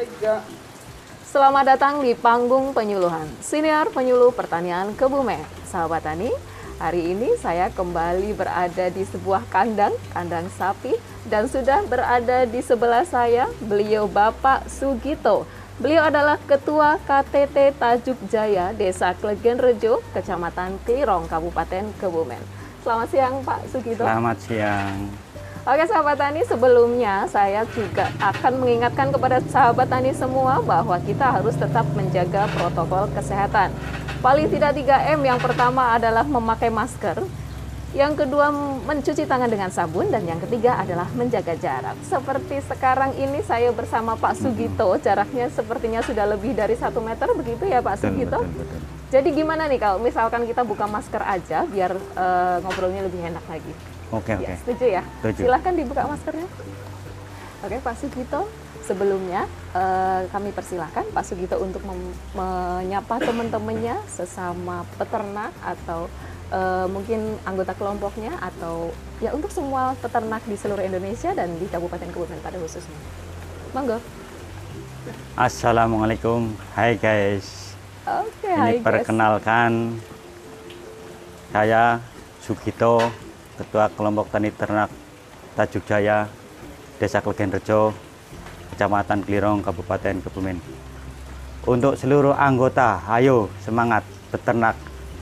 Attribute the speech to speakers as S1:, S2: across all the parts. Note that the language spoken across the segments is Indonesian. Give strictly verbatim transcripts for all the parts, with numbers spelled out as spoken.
S1: Selamat datang di panggung penyuluhan Siniar Penyuluh Pertanian Kebumen. Sahabat Tani, hari ini saya kembali berada di sebuah kandang, kandang sapi, dan sudah berada di sebelah saya beliau Bapak Sugito. Beliau adalah Ketua K T T Tajuk Jaya Desa Klegen Rejo, Kecamatan Klirong, Kabupaten Kebumen. Selamat siang Pak Sugito.
S2: Selamat siang.
S1: Oke sahabat Tani, sebelumnya saya juga akan mengingatkan kepada sahabat Tani semua bahwa kita harus tetap menjaga protokol kesehatan. Paling tidak tiga M, yang pertama adalah memakai masker, yang kedua mencuci tangan dengan sabun, dan yang ketiga adalah menjaga jarak. Seperti sekarang ini saya bersama Pak Sugito, jaraknya sepertinya sudah lebih dari satu meter, begitu ya Pak Sugito?
S2: Betul, betul, betul.
S1: Jadi gimana nih kalau misalkan kita buka masker aja biar uh, ngobrolnya lebih enak lagi?
S2: Oke,
S1: Ya,
S2: oke.
S1: setuju ya?
S2: Setuju.
S1: Silahkan dibuka maskernya. Oke, Pak Sugito, sebelumnya eh, kami persilahkan Pak Sugito untuk menyapa teman-temannya sesama peternak atau eh, mungkin anggota kelompoknya, atau ya untuk semua peternak di seluruh Indonesia dan di Kabupaten Kebumen pada khususnya. Monggo.
S2: Assalamualaikum. Hai guys.
S1: Oke,
S2: Ini
S1: hai guys.
S2: perkenalkan, saya Sugito, Ketua Kelompok Tani Ternak Tajuk Jaya, Desa Klegen Rejo, Kecamatan Klirong, Kabupaten Kebumen. Untuk seluruh anggota, ayo semangat beternak.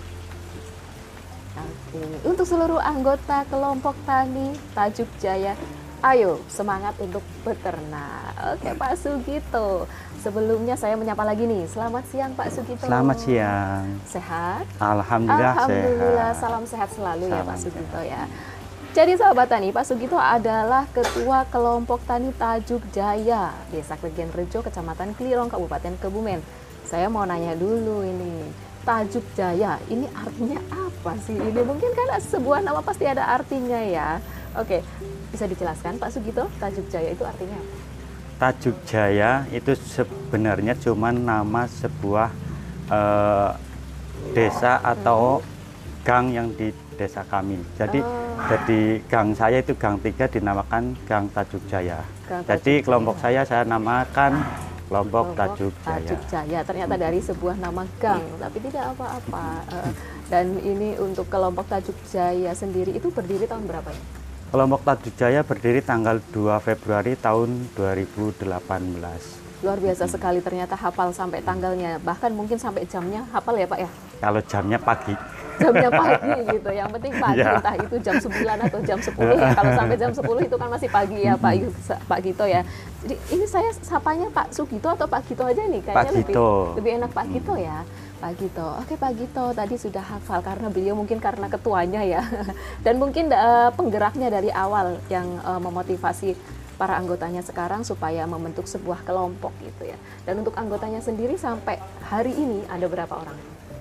S1: Oke, untuk seluruh anggota kelompok tani Tajuk Jaya, ayo semangat untuk beternak. Oke Pak Sugito, sebelumnya saya menyapa lagi nih. Selamat siang Pak Sugito.
S2: Selamat siang.
S1: Sehat?
S2: Alhamdulillah,
S1: Alhamdulillah,
S2: sehat.
S1: salam sehat selalu ya
S2: Salam
S1: Pak Sugito
S2: sehat.
S1: ya. Jadi sahabat tani, Pak Sugito adalah Ketua Kelompok Tani Tajuk Jaya, Desa Klegen Rejo, Kecamatan Klirong, Kabupaten Kebumen. Saya mau nanya dulu ini, Tajuk Jaya, ini artinya apa sih? Ini mungkin kan sebuah nama pasti ada artinya ya. Oke, bisa dijelaskan Pak Sugito, Tajuk Jaya itu artinya apa?
S2: Tajuk Jaya itu sebenarnya cuma nama sebuah eh, desa atau gang yang di desa kami. Jadi,
S1: Oh.
S2: jadi gang saya itu gang tiga dinamakan Gang Tajuk Jaya.
S1: Gang
S2: Jadi
S1: Tajuk
S2: kelompok
S1: Jaya.
S2: saya saya namakan kelompok,
S1: Kelompok
S2: Tajuk Jaya.
S1: Tajuk Jaya. Ternyata dari sebuah nama gang, tapi tidak apa-apa. Eh, Dan ini untuk kelompok Tajuk Jaya sendiri itu berdiri tahun berapa ya?
S2: Kelompok Tajuk Jaya berdiri tanggal dua Februari tahun dua ribu delapan belas.
S1: Luar biasa sekali, ternyata hafal sampai tanggalnya, bahkan mungkin sampai jamnya hafal ya Pak ya?
S2: Kalau jamnya pagi.
S1: Jamnya pagi gitu, yang penting pagi,
S2: Ya.
S1: entah itu jam sembilan atau jam sepuluh ya. Kalau sampai jam sepuluh itu kan masih pagi ya Pak, Pak Gito ya. Jadi ini saya sapanya Pak Sugito atau Pak Gito aja nih, kayaknya
S2: Pak
S1: lebih,
S2: Gito.
S1: lebih enak Pak Gito ya. Pak Gito, oke Pak Gito, tadi sudah hafal karena beliau mungkin karena ketuanya ya. Dan mungkin uh, penggeraknya dari awal yang uh, memotivasi para anggotanya sekarang supaya membentuk sebuah kelompok gitu ya. Dan untuk anggotanya sendiri sampai hari ini ada berapa orang?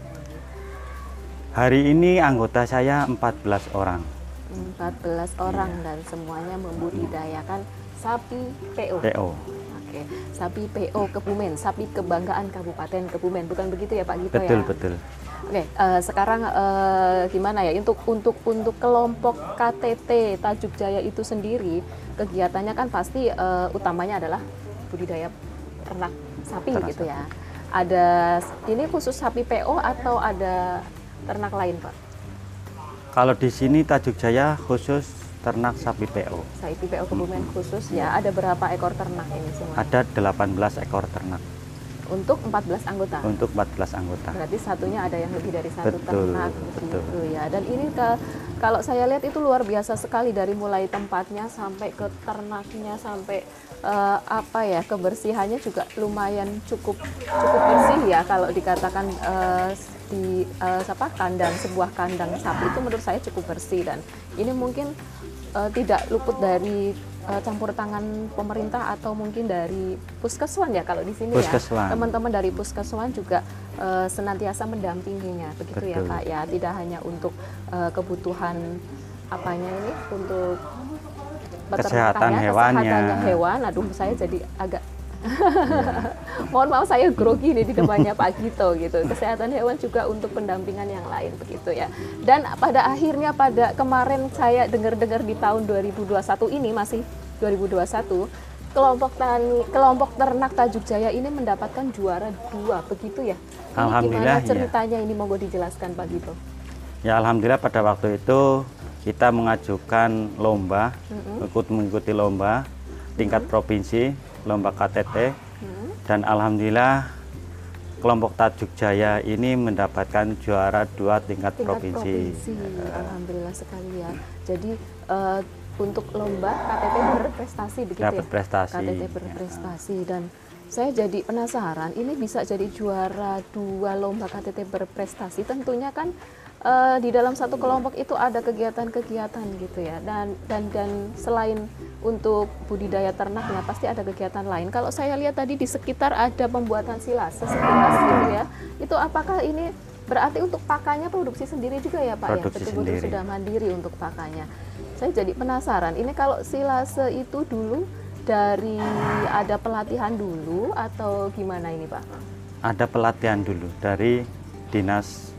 S2: Hari ini anggota saya empat belas orang.
S1: empat belas orang
S2: Iya.
S1: dan semuanya membudidayakan sapi P O.
S2: P O.
S1: Oke, sapi P O Kebumen, sapi kebanggaan Kabupaten Kebumen, bukan begitu ya Pak Gito
S2: Betul,
S1: ya?
S2: betul.
S1: Oke, eh, sekarang eh, gimana ya untuk untuk untuk kelompok K T T Tajuk Jaya itu sendiri, kegiatannya kan pasti eh, utamanya adalah budidaya ternak sapi
S2: Ternak
S1: gitu
S2: sapi.
S1: ya. Ada ini khusus sapi P O atau ada ternak lain Pak?
S2: Kalau di sini Tajuk Jaya khusus ternak sapi P O.
S1: Sapi P O Kebumen khusus ya. Ada berapa ekor ternak ini semua?
S2: Ada delapan belas ekor ternak
S1: Untuk empat belas anggota.
S2: untuk empat belas anggota.
S1: Berarti satunya ada yang lebih dari satu
S2: Betul,
S1: ternak
S2: betul.
S1: gitu ya. Dan ini ke, kalau saya lihat itu luar biasa sekali, dari mulai tempatnya sampai ke ternaknya sampai eh, apa ya, kebersihannya juga lumayan cukup cukup bersih ya kalau dikatakan eh, di eh, apa kandang sebuah kandang sapi itu menurut saya cukup bersih, dan ini mungkin eh, tidak luput dari eh, campur tangan pemerintah atau mungkin dari puskeswan ya kalau di sini ya.
S2: Puskeswan.
S1: Teman-teman dari puskeswan juga eh, senantiasa mendampinginya, begitu ya
S2: Betul.
S1: Pak ya. Tidak hanya untuk eh, kebutuhan apanya ini, untuk
S2: Kesehatan
S1: peternakannya,
S2: hewannya.
S1: kesehatannya hewan. Aduh, saya jadi agak mohon maaf saya grogi nih di depannya Pak Gito gitu. Kesehatan hewan juga untuk pendampingan yang lain begitu ya. Dan pada akhirnya pada kemarin saya dengar-dengar di tahun dua ribu dua puluh satu ini, masih dua ribu dua puluh satu, kelompok tani, kelompok ternak Tajuk Jaya ini mendapatkan juara dua, begitu ya? Ini
S2: Alhamdulillah,
S1: gimana ceritanya ini, monggo dijelaskan Pak Gito.
S2: Ya alhamdulillah pada waktu itu kita mengajukan lomba,
S1: Mm-mm.
S2: ikut mengikuti lomba tingkat provinsi, lomba K T T,
S1: Mm.
S2: dan alhamdulillah kelompok Tajuk Jaya ini mendapatkan juara dua tingkat,
S1: Tingkat
S2: provinsi.
S1: provinsi. Alhamdulillah sekali ya. Jadi eh, untuk lomba K T T berprestasi begitu
S2: Dapat
S1: ya?
S2: prestasi.
S1: K T T berprestasi dan saya jadi penasaran, ini bisa jadi juara dua lomba K T T berprestasi, tentunya kan eh, di dalam satu kelompok itu ada kegiatan-kegiatan gitu ya, dan dan dan selain untuk budidaya ternaknya pasti ada kegiatan lain. Kalau saya lihat tadi di sekitar ada pembuatan silase sekilas gitu ya, itu apakah ini berarti untuk pakannya produksi sendiri juga ya Pak?
S2: Produksi
S1: Ya, betul-betul
S2: sendiri.
S1: sudah mandiri untuk pakannya. Saya jadi penasaran, ini kalau silase itu dulu dari ada pelatihan dulu atau gimana ini Pak?
S2: Ada pelatihan dulu dari Dinas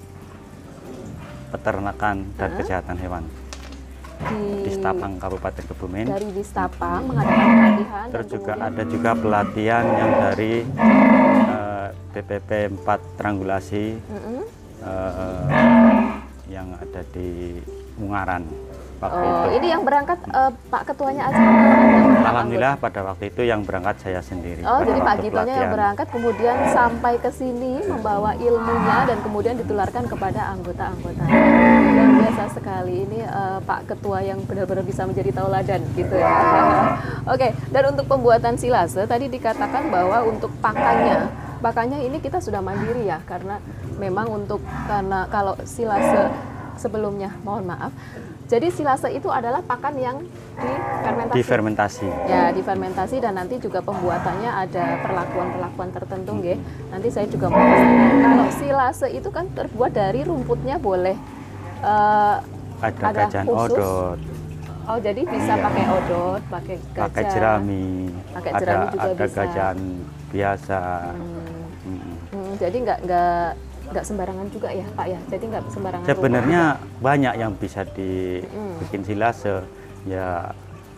S2: Peternakan dan
S1: Hah?
S2: Kesehatan Hewan
S1: Di,
S2: di Stapang Kabupaten Kebumen.
S1: dari Wistapang mengadakan pelatihan.
S2: Terus
S1: dan
S2: juga
S1: kemudian-
S2: ada juga pelatihan yang dari eh, B P P empat Tranggulasi
S1: Mm-mm.
S2: eh, yang ada di Ungaran waktu
S1: Oh,
S2: itu.
S1: ini yang berangkat eh, Pak Ketuanya aja. Yang
S2: Alhamdulillah pada waktu itu yang berangkat saya sendiri.
S1: Oh,
S2: pada
S1: jadi Pak
S2: waktu
S1: Gitonya yang
S2: pelatihan.
S1: berangkat kemudian sampai ke sini membawa ilmunya dan kemudian ditularkan kepada anggota-anggota. Luar biasa sekali ini eh, Pak Ketua yang benar-benar bisa menjadi tauladan gitu ya. Oke, dan untuk pembuatan silase tadi dikatakan bahwa untuk pakannya, pakannya ini kita sudah mandiri ya, karena memang untuk karena kalau silase sebelumnya, mohon maaf. Jadi silase itu adalah pakan yang difermentasi.
S2: Difermentasi.
S1: Ya, difermentasi dan nanti juga pembuatannya ada perlakuan-perlakuan tertentu, nggih. Nanti saya juga mau pesankan. Kalau silase itu kan terbuat dari rumputnya boleh eh,
S2: Ada,
S1: ada
S2: gajan
S1: khusus.
S2: odot,
S1: Oh, jadi bisa
S2: Iya.
S1: pakai odot, pakai gajah.
S2: pakai jerami,
S1: Pakai
S2: ada
S1: jerami juga
S2: ada
S1: bisa.
S2: gajan biasa.
S1: Hmm,
S2: Mm.
S1: hmm, jadi nggak nggak nggak sembarangan juga ya, Pak ya. Jadi nggak sembarangan. rumput
S2: Sebenarnya
S1: juga.
S2: banyak yang bisa dibikin silase. Ya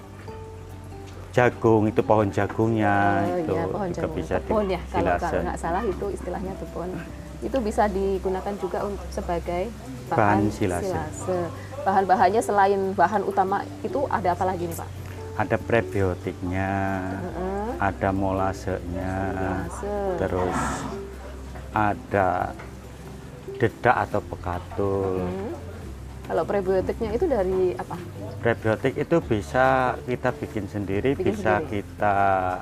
S2: jagung itu pohon jagungnya
S1: Oh,
S2: itu
S1: iya, pohon
S2: juga
S1: jagung.
S2: bisa
S1: Tepon ya, kalau
S2: disilase.
S1: kalau nggak salah itu istilahnya tepon. Itu bisa digunakan juga untuk sebagai bahan,
S2: Bahan silase.
S1: Bahan-bahannya selain bahan utama itu ada apa lagi nih Pak?
S2: Ada prebiotiknya,
S1: Heeh.
S2: ada molasenya,
S1: Molase.
S2: terus ada dedak atau pekatul.
S1: Hmm. Kalau prebiotiknya itu dari apa?
S2: Prebiotik itu bisa kita bikin sendiri,
S1: Bikin
S2: bisa
S1: sendiri.
S2: kita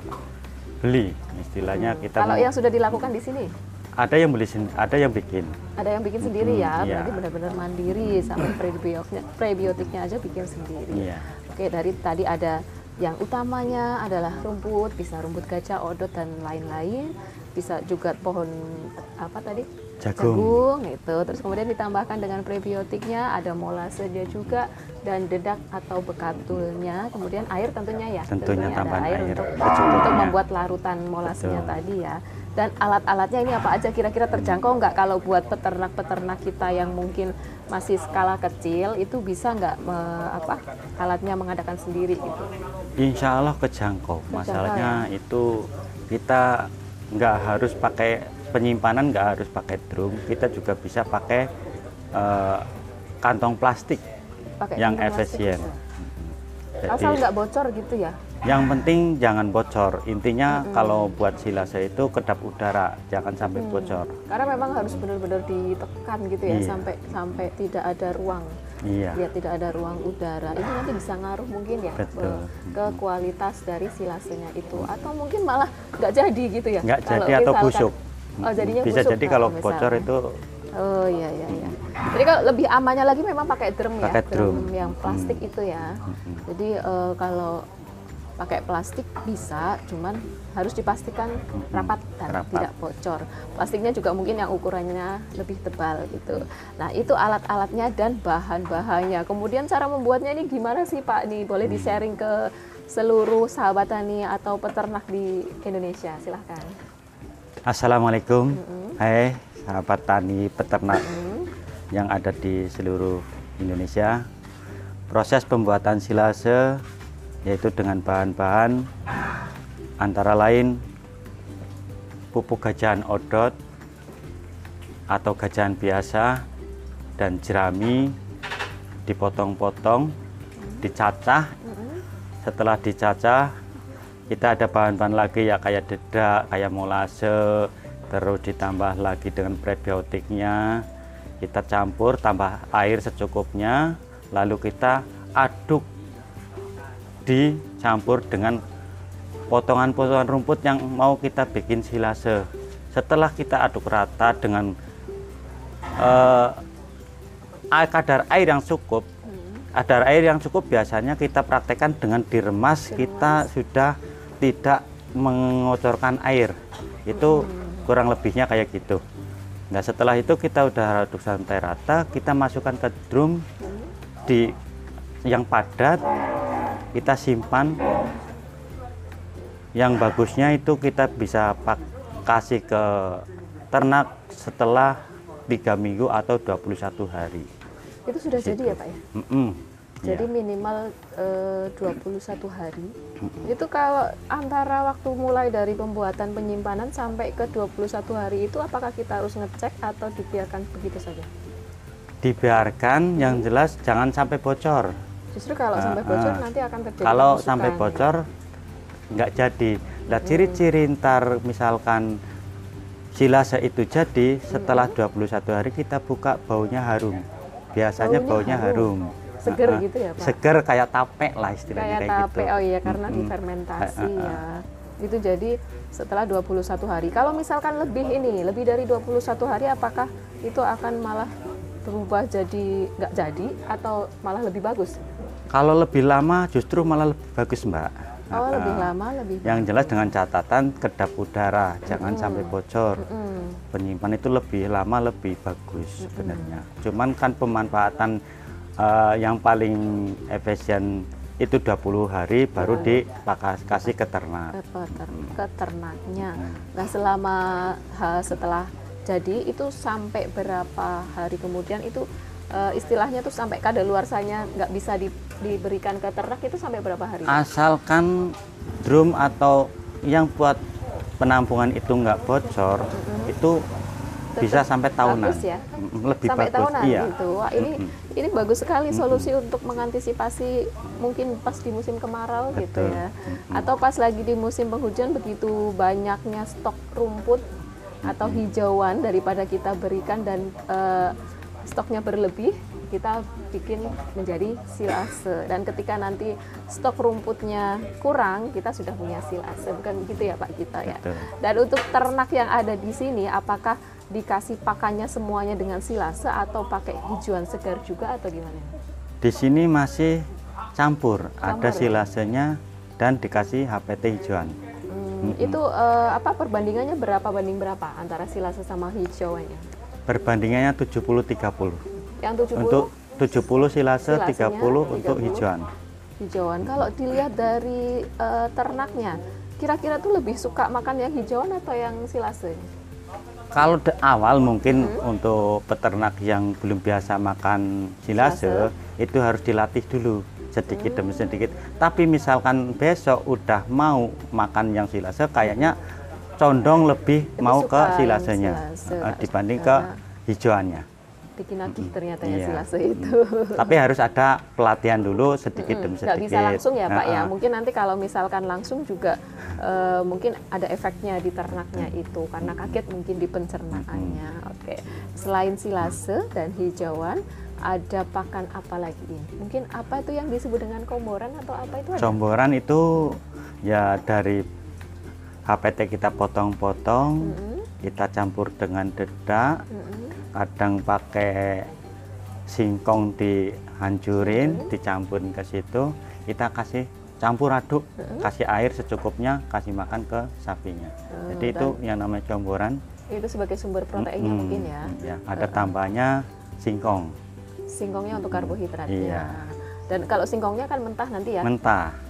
S2: beli. Istilahnya kita
S1: Kalau
S2: mau-
S1: yang sudah dilakukan di sini,
S2: ada yang beli, sen- ada yang bikin.
S1: ada yang bikin sendiri
S2: Mm,
S1: ya,
S2: iya.
S1: berarti benar-benar mandiri sampai prebiotiknya, prebiotiknya aja bikin sendiri.
S2: Iya.
S1: Oke, dari tadi ada yang utamanya adalah rumput, bisa rumput gajah, odot dan lain-lain, bisa juga pohon apa tadi?
S2: Jagung.
S1: Jagung itu. Terus kemudian ditambahkan dengan prebiotiknya, ada molasenya juga dan dedak atau bekatulnya. Kemudian air tentunya ya.
S2: Tentunya
S1: ada
S2: tambahan air
S1: untuk,
S2: secukupnya.
S1: untuk membuat larutan molasenya
S2: Betul.
S1: tadi ya. Dan alat-alatnya ini apa aja kira-kira terjangkau nggak kalau buat peternak-peternak kita yang mungkin masih skala kecil itu bisa nggak me- apa alatnya mengadakan sendiri gitu?
S2: Insya Allah kejangkau. Masalahnya
S1: ya?
S2: itu kita nggak harus pakai penyimpanan, nggak harus pakai drum. Kita juga bisa pakai eh, kantong plastik
S1: Pakai
S2: yang
S1: kantong plastik
S2: efisien.
S1: bisa.
S2: Jadi
S1: Asal nggak bocor gitu ya?
S2: yang penting jangan bocor. Intinya kalau buat silase itu kedap udara, jangan sampai bocor.
S1: Karena memang harus benar-benar ditekan gitu ya
S2: Iya.
S1: sampai sampai tidak ada ruang.
S2: Iya.
S1: Ya tidak ada ruang udara. Ini nanti bisa ngaruh mungkin ya
S2: Betul.
S1: ke, ke kualitas dari silasenya itu atau mungkin malah nggak jadi gitu ya.
S2: Nggak
S1: Kalau
S2: jadi atau
S1: misalkan-
S2: busuk.
S1: Oh, jadinya
S2: Bisa
S1: busuk
S2: jadi kalau
S1: misalkan.
S2: bocor itu
S1: Oh iya iya iya. Jadi kalau lebih amannya lagi memang pakai drum ya,
S2: Pakai drum.
S1: yang plastik itu ya. Jadi eh, kalau pakai plastik bisa, cuman harus dipastikan rapat dan
S2: rapat.
S1: tidak bocor. Plastiknya juga mungkin yang ukurannya lebih tebal gitu. Nah itu alat-alatnya dan bahan-bahannya. Kemudian cara membuatnya ini gimana sih Pak? Nih boleh
S2: Hmm.
S1: di-sharing ke seluruh sahabat tani atau peternak di Indonesia. Silahkan.
S2: Assalamualaikum. Hai sahabat tani peternak
S1: Hmm.
S2: yang ada di seluruh Indonesia. Proses pembuatan silase yaitu dengan bahan-bahan antara lain pupuk gajahan odot atau gajahan biasa dan jerami dipotong-potong, dicacah. Setelah dicacah, kita ada bahan-bahan lagi ya kayak dedak, kayak molase, terus ditambah lagi dengan prebiotiknya. Kita campur, tambah air secukupnya, lalu kita aduk, dicampur dengan potongan-potongan rumput yang mau kita bikin silase. Setelah kita aduk rata dengan uh, kadar air yang cukup, kadar air yang cukup biasanya kita praktekkan dengan diremas, kita sudah tidak mengocorkan air. Itu kurang lebihnya kayak gitu. Nah, setelah itu kita udah aduk sampai rata, kita masukkan ke drum di yang padat, kita simpan. Yang bagusnya itu kita bisa pak, kasih ke ternak setelah tiga minggu atau dua puluh satu hari.
S1: Itu sudah
S2: Situ.
S1: jadi ya Pak ya?
S2: Mm -mm.
S1: Jadi
S2: Ya.
S1: minimal eh, dua puluh satu hari. Itu kalau antara waktu mulai dari pembuatan penyimpanan sampai ke dua puluh satu hari itu apakah kita harus ngecek atau dibiarkan begitu saja?
S2: Dibiarkan, yang jelas jangan sampai bocor.
S1: Justru kalau
S2: Nah,
S1: sampai bocor
S2: ah.
S1: nanti akan terjadi
S2: Kalau
S1: kerusakan,
S2: sampai
S1: ya.
S2: bocor nggak jadi. Nah, ciri-ciri ntar misalkan silase itu jadi setelah dua puluh satu hari kita buka, baunya harum. Biasanya
S1: Baunya
S2: baunya
S1: harum.
S2: harum.
S1: Seger
S2: Ah, ah.
S1: gitu ya Pak?
S2: Seger kayak tape lah istilahnya
S1: Kayak
S2: kayak
S1: tape,
S2: gitu.
S1: oh iya karena
S2: Mm-mm.
S1: difermentasi
S2: Ah, ah,
S1: ya. Itu jadi setelah dua puluh satu hari. Kalau misalkan lebih ini, lebih dari dua puluh satu hari apakah itu akan malah berubah jadi nggak jadi atau malah lebih bagus?
S2: Kalau lebih lama justru malah lebih bagus, Mbak.
S1: Oh,
S2: Ah,
S1: lebih
S2: ah.
S1: lama lebih
S2: Yang jelas dengan catatan kedap udara, jangan sampai bocor.
S1: Mm.
S2: Penyimpan itu lebih lama lebih bagus sebenarnya. Cuman kan pemanfaatan eh, yang paling efisien itu dua puluh hari baru dikasih ke ternak.
S1: ke, peter- ke ternaknya. Nah, selama ha, setelah jadi itu sampai berapa hari kemudian itu eh, istilahnya tuh sampai kadaluarsanya nggak bisa di- diberikan ke ternak itu sampai berapa hari?
S2: Asalkan drum atau yang buat penampungan itu nggak bocor, itu bisa sampai tahunan.
S1: Bagus ya?
S2: Mm, lebih
S1: Sampai
S2: bagus.
S1: tahunan
S2: Iya.
S1: gitu. Wah, ini
S2: Mm-mm.
S1: ini bagus sekali solusi untuk mengantisipasi mungkin pas di musim kemarau gitu
S2: Betul.
S1: ya. Atau pas lagi di musim penghujan begitu banyaknya stok rumput atau hijauan daripada kita berikan dan eh, stoknya berlebih, kita bikin menjadi silase. Dan ketika nanti stok rumputnya kurang, kita sudah punya silase. Bukan begitu ya Pak kita ya.
S2: Betul.
S1: Dan untuk ternak yang ada di sini, apakah dikasih pakannya semuanya dengan silase atau pakai hijauan segar juga atau gimana?
S2: Di sini masih campur,
S1: Campur
S2: ada
S1: ya?
S2: silasenya dan dikasih H P T hijauan.
S1: Hmm, itu eh, apa perbandingannya berapa banding berapa antara silase sama hijauannya?
S2: Perbandingannya tujuh puluh tiga puluh.
S1: Yang tujuh puluh
S2: Untuk tujuh puluh silase,
S1: Silasenya,
S2: tiga puluh untuk
S1: tiga puluh.
S2: hijauan.
S1: hijauan. Kalau dilihat dari eh, ternaknya, kira-kira tuh lebih suka makan yang hijauan atau yang silase?
S2: Kalau de- awal mungkin
S1: Hmm.
S2: untuk peternak yang belum biasa makan silase,
S1: Silase.
S2: itu harus dilatih dulu sedikit
S1: Hmm.
S2: demi sedikit. Tapi misalkan besok udah mau makan yang silase, kayaknya condong lebih,
S1: Lebih
S2: mau
S1: suka
S2: ke
S1: yang
S2: silasenya
S1: silase,
S2: eh, dibanding ke
S1: karena
S2: hijauannya.
S1: bikin nagih ternyata ya
S2: Iya.
S1: silase itu.
S2: Tapi harus ada pelatihan dulu sedikit demi
S1: Nggak
S2: sedikit.
S1: bisa langsung ya Pak ya.
S2: Nah,
S1: Mungkin nanti kalau misalkan langsung juga eh, mungkin ada efeknya di ternaknya itu karena kaget mungkin di pencernaannya. Oke. Selain silase dan hijauan, ada pakan apa lagi ini? Mungkin apa itu yang disebut dengan komboran atau apa itu ada?
S2: Comboran itu ya dari H P T kita potong-potong,
S1: Mm-mm,
S2: kita campur dengan dedak,
S1: mm-mm.
S2: kadang pakai singkong dihancurin, dicampurin ke situ, kita kasih campur aduk, kasih air secukupnya, kasih makan ke sapinya.
S1: Oh,
S2: Jadi itu yang namanya comboran.
S1: Itu sebagai sumber proteinnya
S2: Mm-mm.
S1: mungkin ya.
S2: Ya, ada tambahannya singkong
S1: Singkongnya untuk karbohidratnya.
S2: Iya.
S1: Dan kalau singkongnya kan mentah nanti ya.
S2: mentah.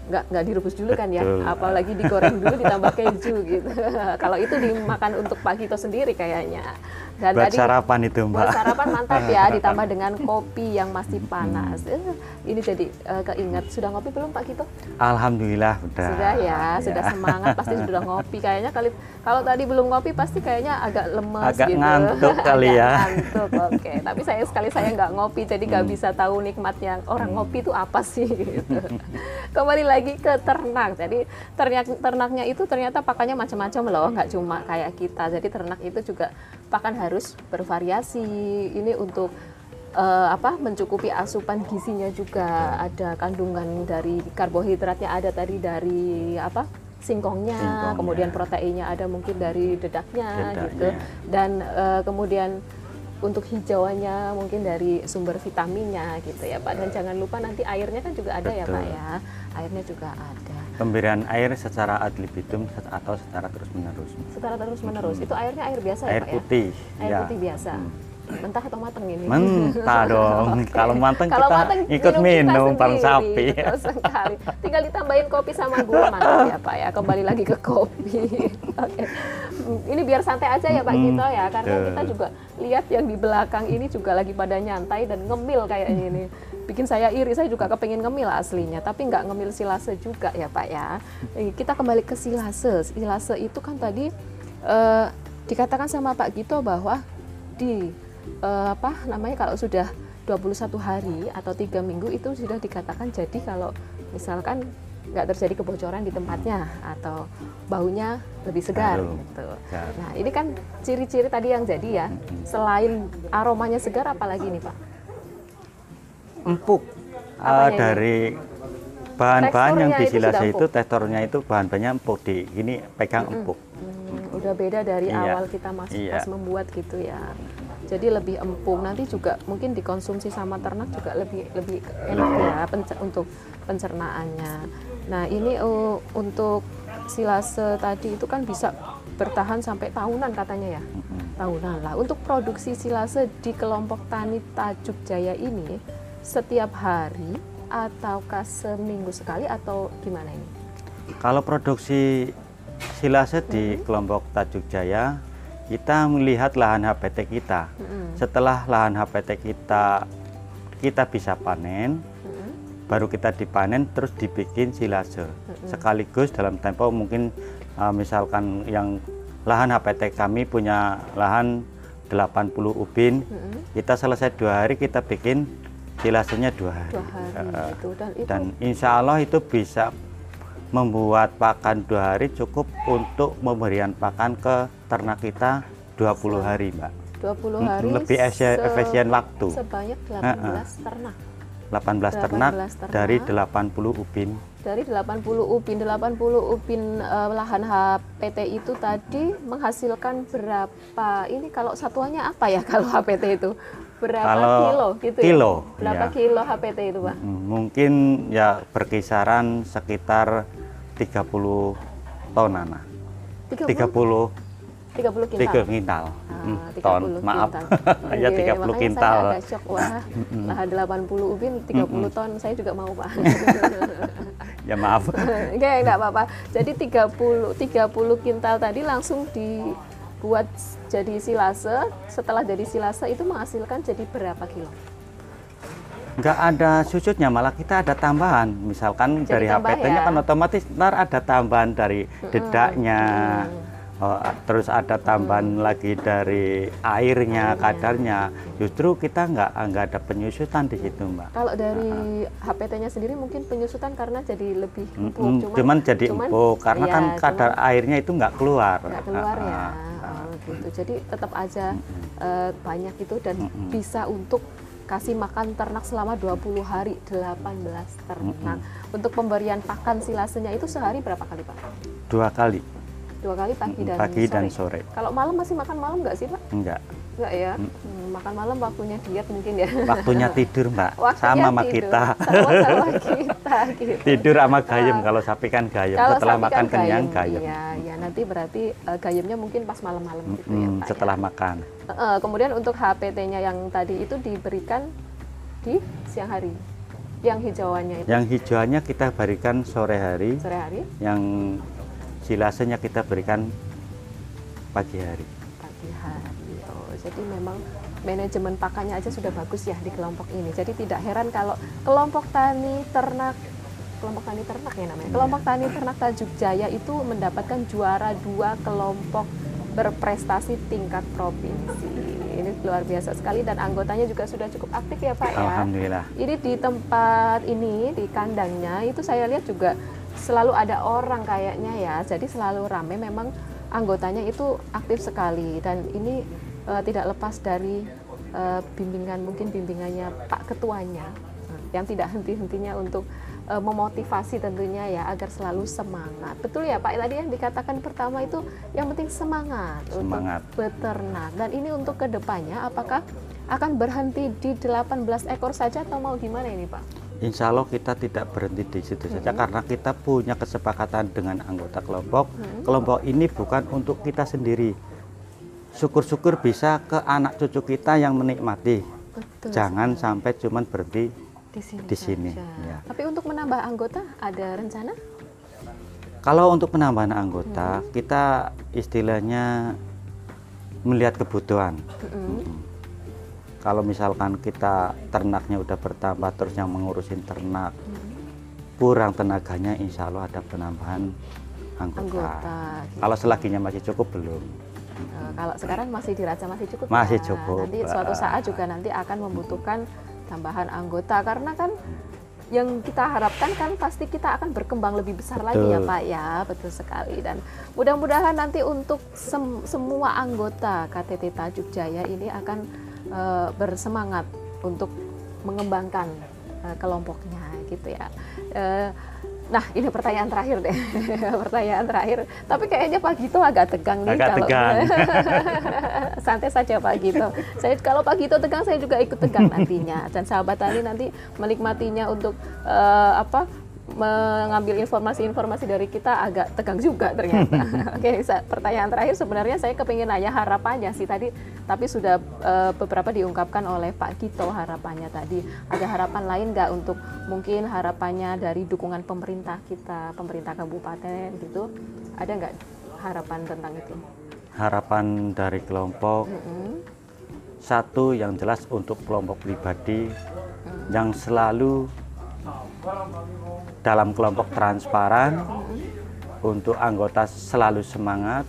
S1: nggak nggak direbus dulu kan ya,
S2: Betul.
S1: apalagi digoreng dulu ditambah keju gitu. Kalau itu dimakan untuk Pak Gito sendiri kayaknya. Dan
S2: buat
S1: tadi
S2: sarapan itu Mbak.
S1: buat sarapan mantap ya, ditambah dengan kopi yang masih panas. Eh, ini jadi eh, keinget, sudah ngopi belum Pak Gito?
S2: Alhamdulillah udah.
S1: Sudah ya,
S2: Ya.
S1: sudah semangat pasti sudah ngopi. Kayaknya kali kalau tadi belum ngopi pasti kayaknya agak lemes
S2: Agak
S1: gitu.
S2: ngantuk kali
S1: Agak
S2: ya.
S1: Ngantuk, oke. Tapi saya sekali saya nggak ngopi, jadi nggak
S2: Hmm.
S1: bisa tahu nikmatnya orang ngopi itu apa sih. Gitu. Kembali lagi ke ternak. Jadi ternak ternaknya itu ternyata pakannya macam-macam loh, nggak cuma kayak kita. Jadi ternak itu juga pakan harus bervariasi. Ini untuk eh, apa mencukupi asupan gizinya juga, ada kandungan dari karbohidratnya, ada tadi dari apa singkongnya,
S2: Singkongnya.
S1: kemudian proteinnya ada mungkin dari dedaknya,
S2: Dedaknya.
S1: gitu, dan eh, kemudian untuk hijauannya mungkin dari sumber vitaminnya gitu ya Pak. Dan jangan lupa nanti airnya kan juga ada ya
S2: Betul.
S1: Pak ya, airnya juga ada
S2: Pemberian air secara ad libitum atau secara terus menerus.
S1: secara terus menerus. Itu airnya air biasa ya
S2: Air
S1: Pak
S2: putih.
S1: ya? Air
S2: ya.
S1: putih biasa.
S2: Hmm.
S1: Mentah atau mateng ini?
S2: Mentah dong.
S1: Oke.
S2: Kalau mateng
S1: Kalau
S2: kita
S1: mateng
S2: ikut
S1: kita
S2: minum bang
S1: sendiri.
S2: sapi.
S1: Betul sekali. Tinggal ditambahin kopi sama gula, mantap ya Pak ya. Kembali lagi ke kopi. Oke. Ini biar santai aja ya Pak
S2: Mm-mm.
S1: Gito ya, karena
S2: Betul.
S1: kita juga lihat yang di belakang ini juga lagi pada nyantai dan ngemil kayaknya ini. Bikin saya iri, saya juga kepengen ngemil aslinya, tapi nggak ngemil silase juga ya Pak ya. Eh, Kita kembali ke silase. Silase itu kan tadi eh, dikatakan sama Pak Gito bahwa di eh, apa namanya kalau sudah dua puluh satu hari atau tiga minggu itu sudah dikatakan jadi kalau misalkan nggak terjadi kebocoran di tempatnya atau baunya lebih segar
S2: Harum.
S1: gitu.
S2: Segar.
S1: Nah ini kan ciri-ciri tadi yang jadi ya. Selain aromanya segar, apalagi nih Pak?
S2: Empuk.
S1: Apanya
S2: Eh,
S1: ini?
S2: dari bahan-bahan yang
S1: Teksturnya
S2: di
S1: itu sudah
S2: silase itu
S1: empuk?
S2: teksturnya itu bahan-bahannya empuk, di ini pegang empuk.
S1: Hmm, udah beda dari
S2: Iya.
S1: awal kita masih
S2: Iya.
S1: pas membuat gitu ya. Jadi lebih empuk. Nanti juga mungkin dikonsumsi sama ternak juga lebih lebih enak ya pencer- untuk pencernaannya. Nah ini uh, untuk silase tadi itu kan bisa bertahan sampai tahunan katanya ya. Tahunan lah. Untuk produksi silase di kelompok tani Tajuk Jaya ini setiap hari ataukah seminggu sekali atau gimana ini?
S2: Kalau produksi silase di kelompok Tajuk Jaya, kita melihat lahan H P T kita.
S1: Mm-mm.
S2: Setelah lahan H P T kita kita bisa panen,
S1: Mm-mm.
S2: baru kita dipanen terus dibikin silase. Sekaligus dalam tempo mungkin uh, misalkan yang lahan H P T kami punya lahan delapan puluh ubin,
S1: Mm-mm.
S2: kita selesai dua hari kita bikin silasenya dua hari.
S1: Dua hari
S2: Uh,
S1: gitu. Dan itu
S2: dan insya Allah itu bisa membuat pakan dua hari cukup untuk pemberian pakan ke ternak kita dua puluh hari Mbak.
S1: dua puluh
S2: Mm,
S1: hari
S2: lebih efisien-
S1: se-
S2: efisien waktu.
S1: sebanyak delapan belas ternak
S2: delapan belas
S1: delapan
S2: ternak
S1: belas ternak.
S2: dari delapan puluh ubin.
S1: dari delapan puluh ubin. Delapan puluh ubin eh, lahan H P T itu tadi menghasilkan berapa, ini kalau satuannya apa ya kalau H P T itu berapa
S2: Kalau
S1: kilo gitu
S2: kilo,
S1: ya? Berapa
S2: iya.
S1: kilo H P T itu Pak?
S2: Mm, Mungkin ya berkisaran sekitar tiga puluh tonan. nah. tiga puluh
S1: tiga puluh kintal.
S2: tiga kintal.
S1: Ah,
S2: Mm,
S1: tiga
S2: ton,
S1: puluh
S2: maaf.
S1: kintal.
S2: Ya
S1: Oke,
S2: tiga puluh
S1: makanya
S2: kintal.
S1: Saya agak shock, wah, lahan delapan puluh ubin tiga puluh ton, saya juga mau Pak.
S2: Ya maaf.
S1: Oke, enggak apa-apa. Jadi tiga puluh tiga puluh kintal tadi langsung dibuat jadi silase. Setelah jadi silase itu menghasilkan jadi berapa kilo?
S2: Nggak ada susutnya, malah kita ada tambahan. Misalkan
S1: Jadi
S2: dari
S1: tambah
S2: H P T-nya
S1: ya?
S2: kan otomatis ntar ada tambahan dari dedaknya. Oh, terus ada tambahan lagi dari airnya, kadarnya. Justru kita nggak nggak ada penyusutan di situ, Mbak.
S1: Kalau dari H P T-nya sendiri mungkin penyusutan karena jadi lebih empuk.
S2: Mm, cuman, jadi empuk karena
S1: iya,
S2: kan kadar
S1: cuman
S2: airnya itu nggak keluar.
S1: nggak keluar
S2: Ah,
S1: ya.
S2: ah.
S1: Oh, gitu. Jadi tetap aja eh, banyak itu dan bisa untuk kasih makan ternak selama dua puluh hari, delapan belas ternak. Untuk pemberian pakan silasenya itu sehari berapa kali, Pak?
S2: Dua kali,
S1: Dua kali pagi dan
S2: pagi
S1: sore.
S2: dan sore.
S1: Kalau malam masih makan malam nggak sih, Pak?
S2: Enggak.
S1: Enggak ya. Hmm, makan malam waktunya diet mungkin ya.
S2: Waktunya tidur, Mbak.
S1: Waktunya
S2: sama sama
S1: tidur.
S2: kita.
S1: Sama-sama kita gitu.
S2: Tidur sama gayem, kalau sapi kan gayem.
S1: Kalau
S2: Setelah
S1: sapi
S2: makan
S1: kan
S2: kenyang
S1: gayem.
S2: gayem.
S1: Iya, iya, nanti berarti eh, gayemnya mungkin pas malam-malam gitu ya,
S2: Mm,
S1: Pak.
S2: setelah
S1: ya.
S2: makan.
S1: Eh, eh, kemudian untuk H P T-nya yang tadi itu diberikan di siang hari. Yang hijauannya itu?
S2: Yang hijauannya kita berikan sore hari.
S1: Sore hari?
S2: Yang silasenya kita berikan pagi hari.
S1: Pagi hari. Oh, jadi memang manajemen pakannya aja sudah bagus ya di kelompok ini. Jadi tidak heran kalau kelompok tani ternak, kelompok tani ternak ya namanya, kelompok tani ternak Tajuk Jaya itu mendapatkan juara dua kelompok berprestasi tingkat provinsi. Ini luar biasa sekali dan anggotanya juga sudah cukup aktif ya Pak ya.
S2: Alhamdulillah.
S1: Ini di tempat ini, di kandangnya itu saya lihat juga selalu ada orang kayaknya ya. Jadi selalu ramai, memang anggotanya itu aktif sekali dan ini uh, tidak lepas dari uh, bimbingan, mungkin bimbingannya Pak Ketuanya yang tidak henti-hentinya untuk uh, memotivasi tentunya ya agar selalu semangat. Betul ya Pak, tadi yang dikatakan pertama itu yang penting semangat,
S2: Semangat.
S1: untuk beternak. Dan ini untuk kedepannya apakah akan berhenti di delapan belas ekor saja atau mau gimana ini Pak?
S2: Insya Allah kita tidak berhenti di situ saja,
S1: Hmm.
S2: karena kita punya kesepakatan dengan anggota kelompok.
S1: Hmm.
S2: Kelompok ini bukan untuk kita sendiri. Syukur-syukur bisa ke anak cucu kita yang menikmati.
S1: Betul
S2: Jangan
S1: sekali.
S2: sampai cuman berhenti
S1: di sini,
S2: di sini,
S1: saja.
S2: ya.
S1: Tapi untuk menambah anggota ada rencana?
S2: Kalau untuk penambahan anggota, kita istilahnya melihat kebutuhan.
S1: Mm-mm.
S2: Kalau misalkan kita ternaknya udah bertambah, terus yang mengurusin ternak kurang tenaganya, insya Allah ada penambahan anggota.
S1: Anggota, gitu.
S2: Kalau selaginya masih cukup belum.
S1: Eh, kalau sekarang masih dirasa masih cukup
S2: Masih
S1: ya.
S2: cukup.
S1: Nanti suatu saat juga nanti akan membutuhkan tambahan anggota karena kan yang kita harapkan kan pasti kita akan berkembang lebih besar lagi ya
S2: Betul.
S1: Pak ya, betul sekali. Dan mudah-mudahan nanti untuk sem- semua anggota K T T Tajuk Jaya ini akan eh, bersemangat untuk mengembangkan eh, kelompoknya gitu ya. Eh, Nah, ini pertanyaan terakhir deh. Pertanyaan terakhir. Tapi kayaknya Pak Gito agak tegang nih.
S2: Agak
S1: kalau
S2: tegang.
S1: Santai saja Pak Gito. Saya kalau Pak Gito tegang, saya juga ikut tegang nantinya. Dan sahabat tani nanti menikmatinya untuk eh, apa? mengambil informasi-informasi dari kita agak tegang juga ternyata. Oke, sa- pertanyaan terakhir sebenarnya saya kepingin nanya harapannya sih tadi, tapi sudah eh, beberapa diungkapkan oleh Pak Gito harapannya tadi. Ada harapan lain nggak untuk mungkin harapannya dari dukungan pemerintah kita, pemerintah kabupaten gitu? Ada nggak harapan tentang itu?
S2: Harapan dari kelompok,
S1: Mm-mm.
S2: satu yang jelas untuk kelompok pribadi yang selalu dalam kelompok transparan, untuk anggota selalu semangat.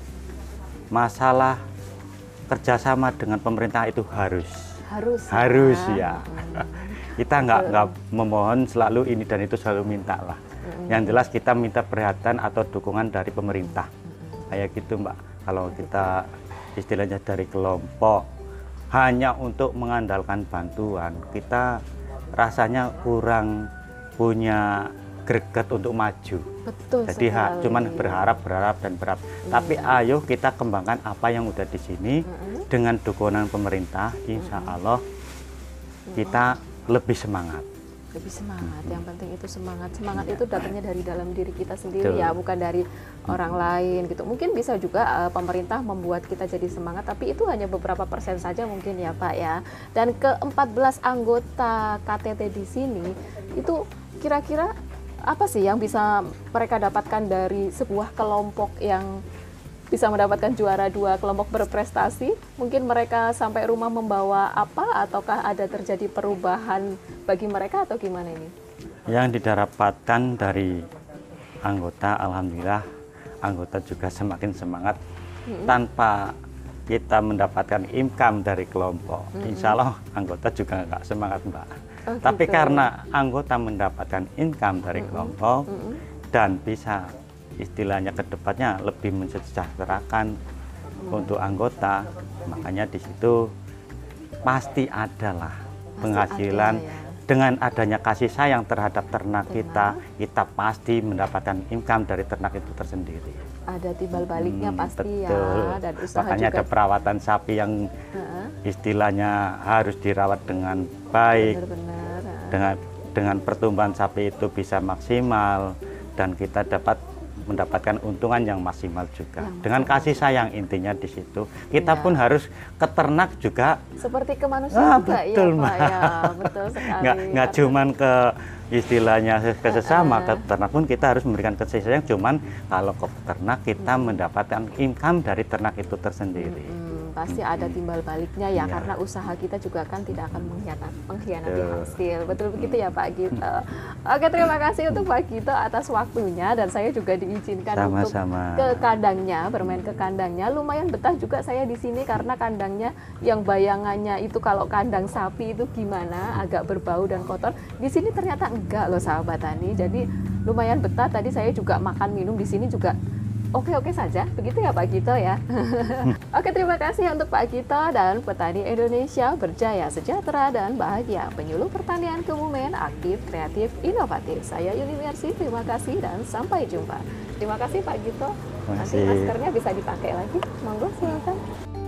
S2: Masalah kerjasama dengan pemerintah itu harus
S1: Harus.
S2: harus
S1: ya.
S2: ya. Kita nggak nggak memohon selalu ini dan itu, selalu minta lah. Yang jelas kita minta perhatian atau dukungan dari pemerintah, kayak gitu Mbak. Kalau kita istilahnya dari kelompok hanya untuk mengandalkan bantuan, kita rasanya kurang punya greget untuk maju.
S1: Betul
S2: Jadi ha,
S1: sekali.
S2: cuman berharap, berharap dan berharap. Tapi ayo kita kembangkan apa yang udah di sini dengan dukungan pemerintah. Insya Allah kita lebih semangat.
S1: Lebih semangat, yang penting itu semangat. Semangat itu datangnya dari dalam diri kita sendiri. Betul. Ya, bukan dari orang lain gitu. Mungkin bisa juga uh, pemerintah membuat kita jadi semangat, tapi itu hanya beberapa persen saja mungkin ya Pak ya. Dan ke empat belas anggota K T T di sini itu kira-kira apa sih yang bisa mereka dapatkan dari sebuah kelompok yang bisa mendapatkan juara dua kelompok berprestasi? Mungkin mereka sampai rumah membawa apa, ataukah ada terjadi perubahan bagi mereka atau gimana ini?
S2: Yang didapatkan dari anggota, alhamdulillah anggota juga semakin semangat. Hmm. Tanpa kita mendapatkan income dari kelompok, hmm. insya Allah anggota juga nggak semangat Mbak. Oh, Tapi gitu. Karena anggota mendapatkan income dari hmm. kelompok hmm. dan bisa istilahnya ke depannya lebih mensejahterakan hmm. untuk anggota, makanya di situ pasti adalah pasti penghasilan ada, ya. Dengan adanya kasih sayang terhadap ternak, ternak kita, kita pasti mendapatkan income dari ternak itu tersendiri.
S1: Ada timbal baliknya hmm, pasti
S2: betul.
S1: Ya, dan usaha
S2: makanya
S1: juga.
S2: Ada perawatan sapi yang uh-huh. istilahnya harus dirawat dengan baik, benar-benar, uh-huh. dengan dengan pertumbuhan sapi itu bisa maksimal dan kita dapat mendapatkan untungan yang maksimal juga.
S1: Yang
S2: Dengan
S1: maksimal.
S2: kasih sayang intinya di situ. Kita
S1: Iya.
S2: pun harus ke ternak juga.
S1: Seperti ke manusia
S2: Ah,
S1: juga
S2: betul,
S1: ya Pak
S2: Mbak.
S1: ya, betul sekali.
S2: Nggak, nggak
S1: Karena-
S2: cuman ke istilahnya ke sesama,
S1: Uh-uh.
S2: ke ternak pun kita harus memberikan kasih sayang. Cuman kalau ke ternak kita mendapatkan income dari ternak itu tersendiri.
S1: Hmm, pasti ada timbal baliknya ya,
S2: Iya.
S1: karena usaha kita juga kan tidak akan mengkhianati, mengkhianati
S2: Betul.
S1: hasil. Betul begitu ya Pak Gito. Oke, terima kasih untuk Pak Gito atas waktunya, dan saya juga diizinkan untuk
S2: Sama-sama.
S1: ke kandangnya, bermain ke kandangnya. Lumayan betah juga saya di sini karena kandangnya yang bayangannya itu kalau kandang sapi itu gimana, agak berbau dan kotor. Di sini ternyata enggak loh sahabat tani. Jadi lumayan betah. Tadi saya juga makan minum di sini juga oke-oke saja, begitu ya Pak Gito ya. Oke, terima kasih untuk Pak Gito dan petani Indonesia berjaya, sejahtera dan bahagia. Penyuluh pertanian Kebumen, aktif, kreatif, inovatif. Saya Yuni Mersi, terima kasih dan sampai jumpa. Terima kasih Pak Gito.
S2: Terima
S1: Nanti
S2: kasih.
S1: maskernya bisa dipakai lagi. Monggo silakan.